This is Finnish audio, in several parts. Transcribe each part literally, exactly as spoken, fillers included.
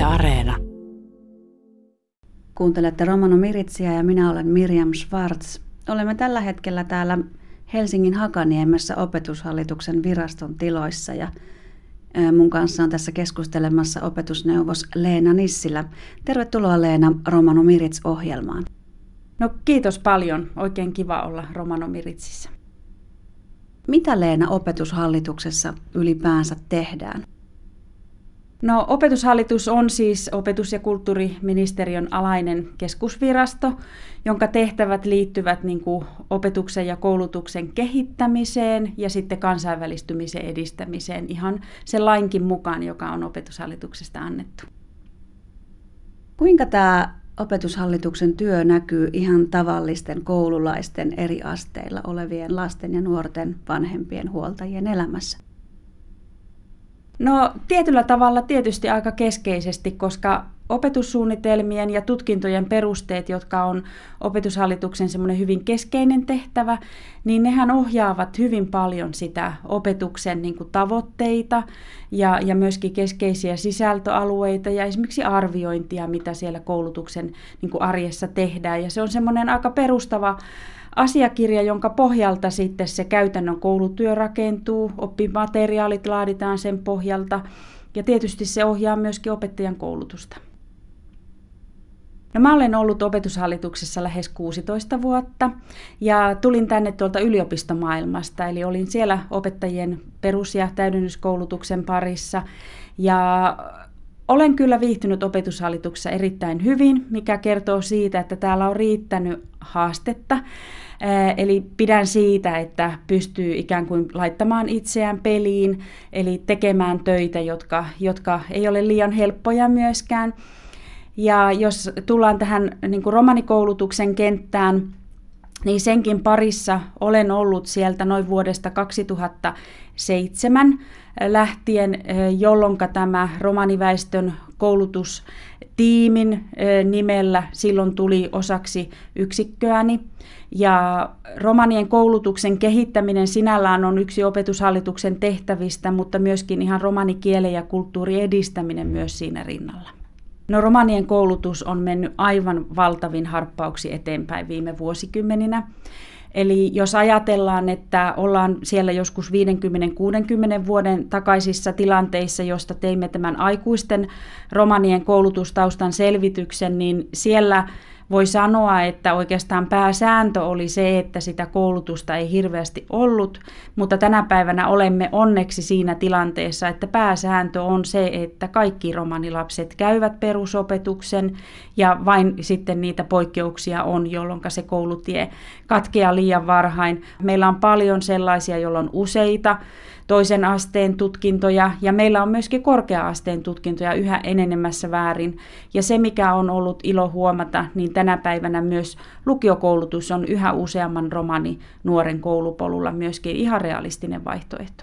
Areena. Kuuntelette Romano Miritsiä ja minä olen Miriam Schwartz. Olemme tällä hetkellä täällä Helsingin Hakaniemessä Opetushallituksen viraston tiloissa ja mun kanssa on tässä keskustelemassa opetusneuvos Leena Nissilä. Tervetuloa Leena Romano Mirits-ohjelmaan. No kiitos paljon. Oikein kiva olla Romano Miritsissä. Mitä Leena Opetushallituksessa ylipäänsä tehdään? No Opetushallitus on siis opetus- ja kulttuuriministeriön alainen keskusvirasto, jonka tehtävät liittyvät niin kuin opetuksen ja koulutuksen kehittämiseen ja sitten kansainvälistymisen edistämiseen ihan sen lainkin mukaan, joka on Opetushallituksesta annettu. Kuinka tämä Opetushallituksen työ näkyy ihan tavallisten koululaisten eri asteilla olevien lasten ja nuorten vanhempien huoltajien elämässä? No tietyllä tavalla tietysti aika keskeisesti, koska opetussuunnitelmien ja tutkintojen perusteet, jotka on Opetushallituksen semmoinen hyvin keskeinen tehtävä, niin nehän ohjaavat hyvin paljon sitä opetuksen niin kuin tavoitteita ja, ja myöskin keskeisiä sisältöalueita ja esimerkiksi arviointia, mitä siellä koulutuksen niin kuin arjessa tehdään. Ja se on semmoinen aika perustava asiakirja, jonka pohjalta sitten se käytännön koulutyö rakentuu, oppimateriaalit laaditaan sen pohjalta ja tietysti se ohjaa myöskin opettajan koulutusta. No, mä olen ollut Opetushallituksessa lähes kuusitoista vuotta ja tulin tänne tuolta yliopistomaailmasta, eli olin siellä opettajien perus- ja täydennyskoulutuksen parissa ja olen kyllä viihtynyt Opetushallituksessa erittäin hyvin, mikä kertoo siitä, että täällä on riittänyt haastetta. Eli pidän siitä, että pystyy ikään kuin laittamaan itseään peliin, eli tekemään töitä, jotka, jotka ei ole liian helppoja myöskään. Ja jos tullaan tähän niin kuin romanikoulutuksen kenttään, niin senkin parissa olen ollut sieltä noin vuodesta kaksituhattaseitsemän lähtien, jolloin tämä romaniväestön koulutustiimin nimellä silloin tuli osaksi yksikköäni. Ja romanien koulutuksen kehittäminen sinällään on yksi Opetushallituksen tehtävistä, mutta myöskin ihan romanikielen ja kulttuurin edistäminen myös siinä rinnalla. No, romanien koulutus on mennyt aivan valtavin harppauksi eteenpäin viime vuosikymmeninä. Eli jos ajatellaan, että ollaan siellä joskus viisikymmentä kuusikymmentä vuoden takaisissa tilanteissa, josta teimme tämän aikuisten romanien koulutustaustan selvityksen, niin siellä voi sanoa, että oikeastaan pääsääntö oli se, että sitä koulutusta ei hirveästi ollut, mutta tänä päivänä olemme onneksi siinä tilanteessa, että pääsääntö on se, että kaikki romanilapset käyvät perusopetuksen ja vain sitten niitä poikkeuksia on, jolloin se koulutie katkeaa liian varhain. Meillä on paljon sellaisia, joilla on useita toisen asteen tutkintoja ja meillä on myöskin korkea-asteen tutkintoja yhä enenemässä väärin. Ja se, mikä on ollut ilo huomata, niin tänä päivänä myös lukiokoulutus on yhä useamman romani nuoren koulupolulla myöskin ihan realistinen vaihtoehto.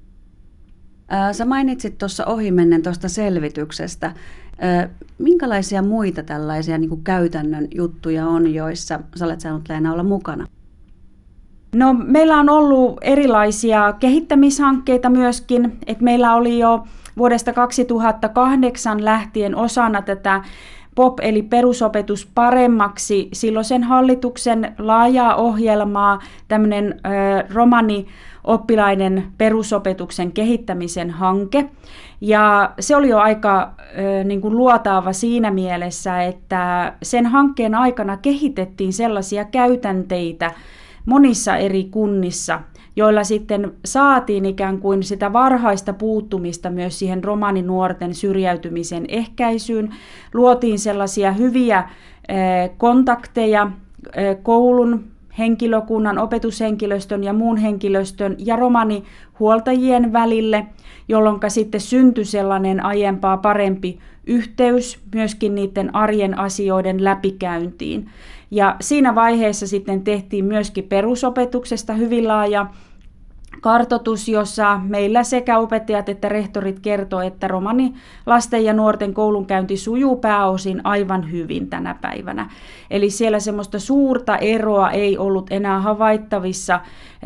Sä mainitsit tuossa ohimennen tuosta selvityksestä. Minkälaisia muita tällaisia niin kuin käytännön juttuja on, joissa sä olet saanut Leena olla mukana? No, meillä on ollut erilaisia kehittämishankkeita myöskin, että meillä oli jo vuodesta kaksituhattakahdeksan lähtien osana tätä P O P eli perusopetus paremmaksi silloisen hallituksen laajaa ohjelmaa, tämmöinen ö, romani-oppilaiden perusopetuksen kehittämisen hanke. Ja se oli jo aika ö, niin kuin luotaava siinä mielessä, että sen hankkeen aikana kehitettiin sellaisia käytänteitä monissa eri kunnissa, joilla sitten saatiin ikään kuin sitä varhaista puuttumista myös siihen romaninuorten syrjäytymisen ehkäisyyn. Luotiin sellaisia hyviä kontakteja koulun henkilökunnan, opetushenkilöstön ja muun henkilöstön ja romanihuoltajien välille, jolloin sitten syntyi sellainen aiempaa parempi yhteys myöskin niiden arjen asioiden läpikäyntiin. Ja siinä vaiheessa sitten tehtiin myöskin perusopetuksesta hyvin laaja kartoitus, jossa meillä sekä opettajat että rehtorit kertoo, että romanilasten ja nuorten koulunkäynti sujuu pääosin aivan hyvin tänä päivänä. Eli siellä semmoista suurta eroa ei ollut enää havaittavissa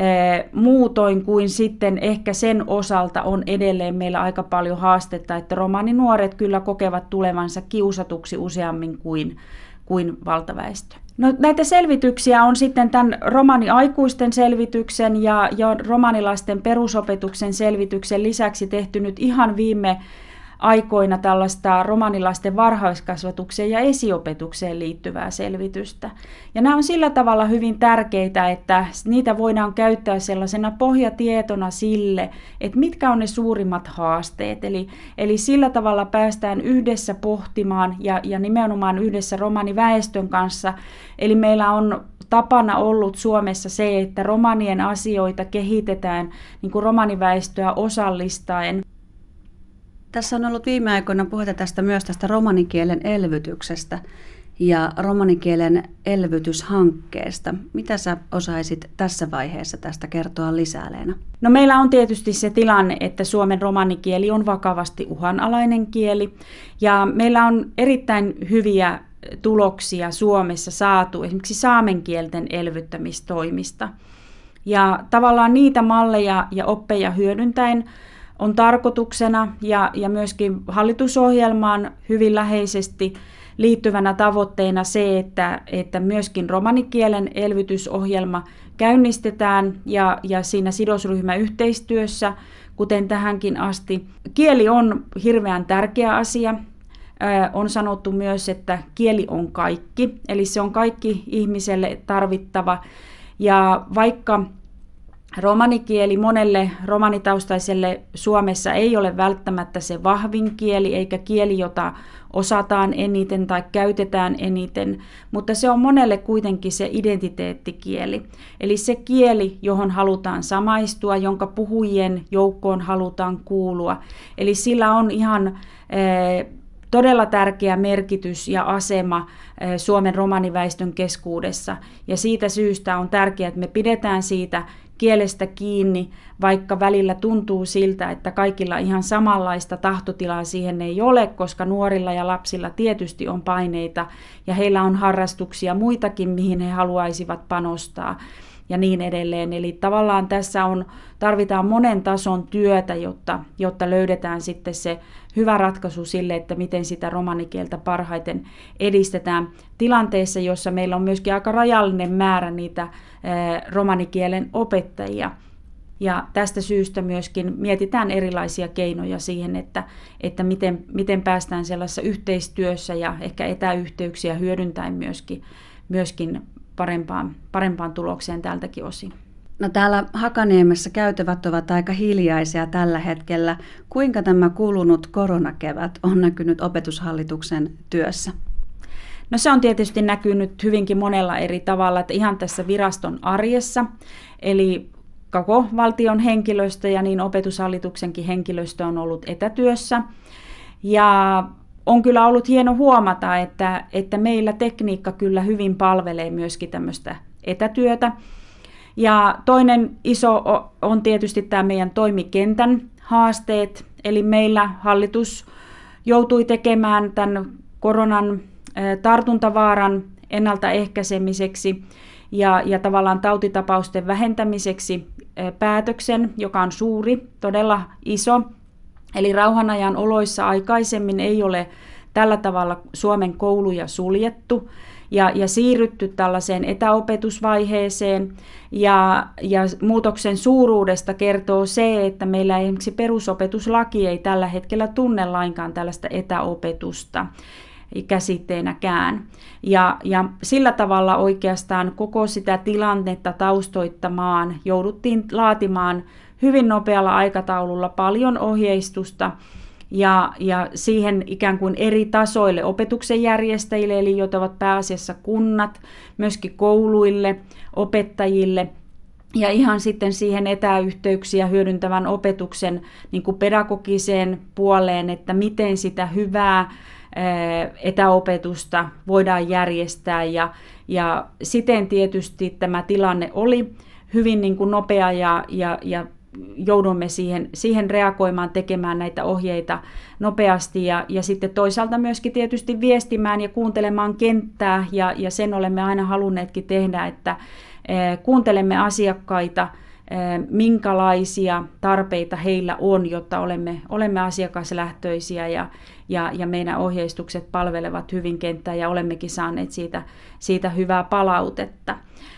muutoin kuin sitten ehkä sen osalta on edelleen meillä aika paljon haastetta, että romaninuoret kyllä kokevat tulevansa kiusatuksi useammin kuin, kuin valtaväestö. No, näitä selvityksiä on sitten tämän romani-aikuisten selvityksen ja, ja romanilasten perusopetuksen selvityksen lisäksi tehty nyt ihan viime aikoina tällaista romanilaisten varhaiskasvatukseen ja esiopetukseen liittyvää selvitystä. Ja nämä on sillä tavalla hyvin tärkeitä, että niitä voidaan käyttää sellaisena pohjatietona sille, että mitkä on ne suurimmat haasteet. Eli, eli sillä tavalla päästään yhdessä pohtimaan ja, ja nimenomaan yhdessä romaniväestön kanssa. Eli meillä on tapana ollut Suomessa se, että romanien asioita kehitetään niin kuin romaniväestöä osallistaen. Tässä on ollut viime aikoina puhetta tästä myös tästä romanikielen elvytyksestä ja romanikielen elvytyshankkeesta. Mitä sä osaisit tässä vaiheessa tästä kertoa lisää, Leena? No, meillä on tietysti se tilanne, että suomen romanikieli on vakavasti uhanalainen kieli ja meillä on erittäin hyviä tuloksia Suomessa saatu esimerkiksi saamenkielten elvyttämistoimista. Ja tavallaan niitä malleja ja oppeja hyödyntäen on tarkoituksena ja, ja myöskin hallitusohjelmaan hyvin läheisesti liittyvänä tavoitteena se, että, että myöskin romanikielen elvytysohjelma käynnistetään ja, ja siinä sidosryhmäyhteistyössä, kuten tähänkin asti. Kieli on hirveän tärkeä asia. On sanottu myös, että kieli on kaikki, eli se on kaikki ihmiselle tarvittava. Ja vaikka romanikieli monelle romanitaustaiselle Suomessa ei ole välttämättä se vahvin kieli, eikä kieli, jota osataan eniten tai käytetään eniten, mutta se on monelle kuitenkin se identiteettikieli. Eli se kieli, johon halutaan samaistua, jonka puhujien joukkoon halutaan kuulua. Eli sillä on ihan eh, todella tärkeä merkitys ja asema Suomen romaniväestön keskuudessa. Ja siitä syystä on tärkeää, että me pidetään siitä kielestä kiinni, vaikka välillä tuntuu siltä, että kaikilla ihan samanlaista tahtotilaa siihen ei ole, koska nuorilla ja lapsilla tietysti on paineita ja heillä on harrastuksia muitakin, mihin he haluaisivat panostaa ja niin edelleen. Eli tavallaan tässä on, tarvitaan monen tason työtä, jotta, jotta löydetään sitten se hyvä ratkaisu sille, että miten sitä romanikieltä parhaiten edistetään tilanteessa, jossa meillä on myöskin aika rajallinen määrä niitä romanikielen opettajia. Ja tästä syystä myöskin mietitään erilaisia keinoja siihen, että, että miten, miten päästään sellaisessa yhteistyössä ja ehkä etäyhteyksiä hyödyntäen myöskin, myöskin parempaan, parempaan tulokseen tältäkin osin. No, täällä Hakaniemessä käytävät ovat aika hiljaisia tällä hetkellä. Kuinka tämä kulunut koronakevät on näkynyt opetushallituksen työssä? No, se on tietysti näkynyt hyvinkin monella eri tavalla, että ihan tässä viraston arjessa, eli koko valtion henkilöstö ja niin opetushallituksenkin henkilöstö on ollut etätyössä. Ja on kyllä ollut hieno huomata, että, että meillä tekniikka kyllä hyvin palvelee myöskin tämmöistä etätyötä. Ja toinen iso on tietysti tämä meidän toimikentän haasteet, eli meillä hallitus joutui tekemään tämän koronan tartuntavaaran ennaltaehkäisemiseksi ja, ja tavallaan tautitapausten vähentämiseksi päätöksen, joka on suuri, todella iso. Eli rauhanajan oloissa aikaisemmin ei ole tällä tavalla Suomen kouluja suljettu ja, ja siirrytty tällaiseen etäopetusvaiheeseen. Ja, ja muutoksen suuruudesta kertoo se, että meillä esimerkiksi perusopetuslaki ei tällä hetkellä tunne lainkaan tällaista etäopetusta käsitteenäkään. Ja, ja sillä tavalla oikeastaan koko sitä tilannetta taustoittamaan jouduttiin laatimaan hyvin nopealla aikataululla paljon ohjeistusta ja, ja siihen ikään kuin eri tasoille opetuksen järjestäjille, eli joita ovat pääasiassa kunnat, myöskin kouluille, opettajille ja ihan sitten siihen etäyhteyksiä hyödyntävän opetuksen niin kuin pedagogiseen puoleen, että miten sitä hyvää etäopetusta voidaan järjestää ja, ja siten tietysti tämä tilanne oli hyvin niin kuin nopea ja, ja, ja joudumme siihen, siihen reagoimaan, tekemään näitä ohjeita nopeasti ja, ja sitten toisaalta myöskin tietysti viestimään ja kuuntelemaan kenttää ja, ja sen olemme aina halunneetkin tehdä, että kuuntelemme asiakkaita, minkälaisia tarpeita heillä on, jotta olemme, olemme asiakaslähtöisiä ja, ja, ja meidän ohjeistukset palvelevat hyvin kenttää ja olemmekin saaneet siitä, siitä hyvää palautetta.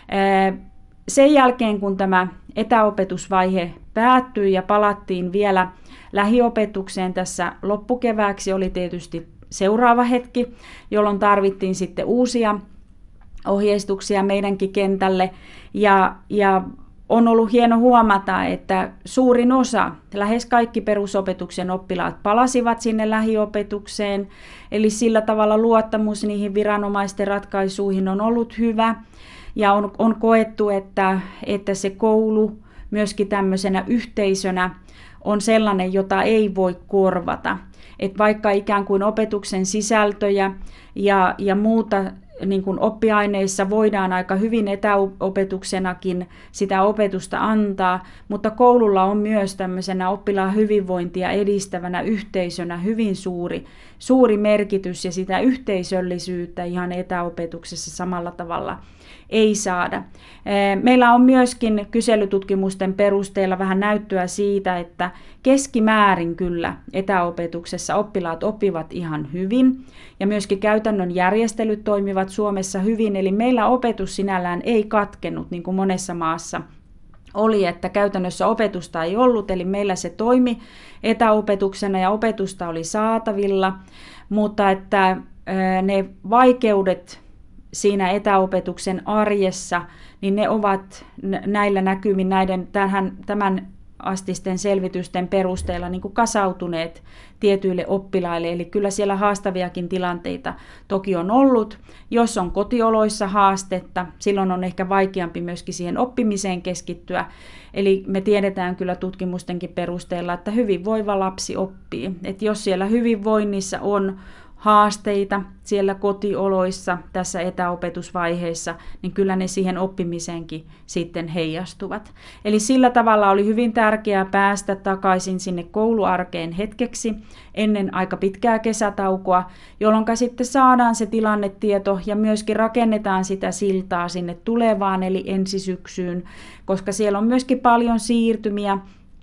Sen jälkeen, kun tämä etäopetusvaihe päättyi ja palattiin vielä lähiopetukseen tässä loppukevääksi, oli tietysti seuraava hetki, jolloin tarvittiin sitten uusia ohjeistuksia meidänkin kentälle ja, ja on ollut hieno huomata, että suurin osa, lähes kaikki perusopetuksen oppilaat palasivat sinne lähiopetukseen, eli sillä tavalla luottamus niihin viranomaisten ratkaisuihin on ollut hyvä ja on, on koettu, että, että se koulu myöskin tämmöisenä yhteisönä on sellainen, jota ei voi korvata. Et vaikka ikään kuin opetuksen sisältöjä ja, ja muuta niin kuin oppiaineissa voidaan aika hyvin etäopetuksenakin sitä opetusta antaa, mutta koululla on myös tämmöisenä oppilaan hyvinvointia edistävänä yhteisönä hyvin suuri, suuri merkitys ja sitä yhteisöllisyyttä ihan etäopetuksessa samalla tavalla ei saada. Meillä on myöskin kyselytutkimusten perusteella vähän näyttöä siitä, että keskimäärin kyllä etäopetuksessa oppilaat oppivat ihan hyvin ja myöskin käytännön järjestelyt toimivat Suomessa hyvin, eli meillä opetus sinällään ei katkenut niin kuin monessa maassa oli, että käytännössä opetusta ei ollut, eli meillä se toimi etäopetuksena ja opetusta oli saatavilla, mutta että ne vaikeudet siinä etäopetuksen arjessa, niin ne ovat näillä näkymin näiden tähän, tämän astisten selvitysten perusteella niin kuin kasautuneet tietyille oppilaille. Eli kyllä siellä haastaviakin tilanteita toki on ollut. Jos on kotioloissa haastetta, silloin on ehkä vaikeampi myöskin siihen oppimiseen keskittyä. Eli me tiedetään kyllä tutkimustenkin perusteella, että hyvinvoiva lapsi oppii. Et jos siellä hyvinvoinnissa on haasteita siellä kotioloissa tässä etäopetusvaiheessa, niin kyllä ne siihen oppimiseenkin sitten heijastuvat. Eli sillä tavalla oli hyvin tärkeää päästä takaisin sinne kouluarkeen hetkeksi ennen aika pitkää kesätaukoa, jolloin sitten saadaan se tilannetieto ja myöskin rakennetaan sitä siltaa sinne tulevaan eli ensi syksyyn, koska siellä on myöskin paljon siirtymiä.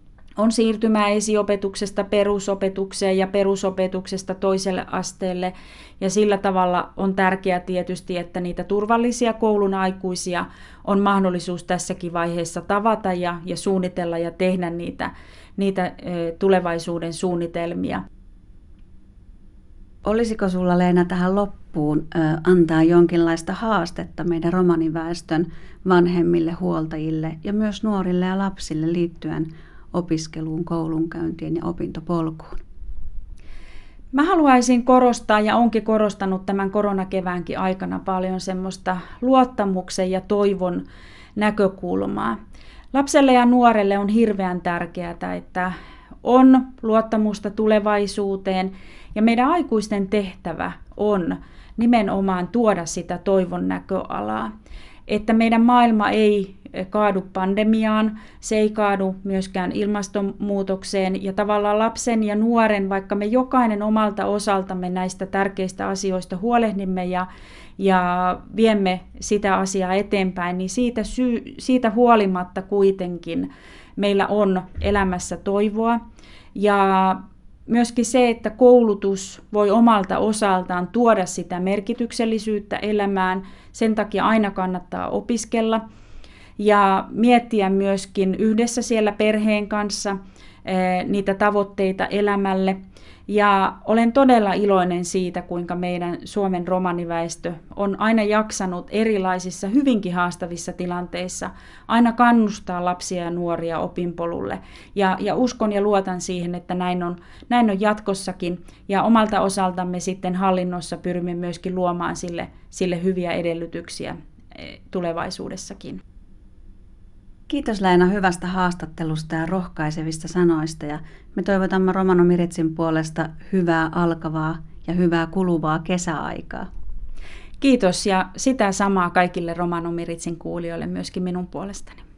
On siirtymää esiopetuksesta perusopetukseen ja perusopetuksesta toiselle asteelle. Ja sillä tavalla on tärkeää tietysti, että niitä turvallisia koulun aikuisia on mahdollisuus tässäkin vaiheessa tavata ja, ja suunnitella ja tehdä niitä, niitä tulevaisuuden suunnitelmia. Olisiko sulla, Leena, tähän loppuun ö, antaa jonkinlaista haastetta meidän romaniväestön vanhemmille, huoltajille ja myös nuorille ja lapsille liittyen opiskeluun, koulunkäyntiin ja opintopolkuun? Mä haluaisin korostaa ja onkin korostanut tämän koronakeväänkin aikana paljon semmoista luottamuksen ja toivon näkökulmaa. Lapselle ja nuorelle on hirveän tärkeää, että on luottamusta tulevaisuuteen ja meidän aikuisten tehtävä on nimenomaan tuoda sitä toivon näköalaa. Että meidän maailma ei kaadu pandemiaan, se ei kaadu myöskään ilmastonmuutokseen ja tavallaan lapsen ja nuoren, vaikka me jokainen omalta osaltamme näistä tärkeistä asioista huolehdimme ja, ja viemme sitä asiaa eteenpäin, niin siitä, syy, siitä huolimatta kuitenkin meillä on elämässä toivoa ja myöskin se, että koulutus voi omalta osaltaan tuoda sitä merkityksellisyyttä elämään, sen takia aina kannattaa opiskella ja miettiä myöskin yhdessä siellä perheen kanssa niitä tavoitteita elämälle. Ja olen todella iloinen siitä, kuinka meidän Suomen romaniväestö on aina jaksanut erilaisissa hyvinkin haastavissa tilanteissa aina kannustaa lapsia ja nuoria opinpolulle. Ja, ja uskon ja luotan siihen, että näin on, näin on jatkossakin. Ja omalta osaltamme sitten hallinnossa pyrimme myöskin luomaan sille, sille hyviä edellytyksiä tulevaisuudessakin. Kiitos, Leena, hyvästä haastattelusta ja rohkaisevista sanoista. Ja me toivotamme Romano Miritsin puolesta hyvää alkavaa ja hyvää kuluvaa kesäaikaa. Kiitos ja sitä samaa kaikille Romano Miritsin kuulijoille myöskin minun puolestani.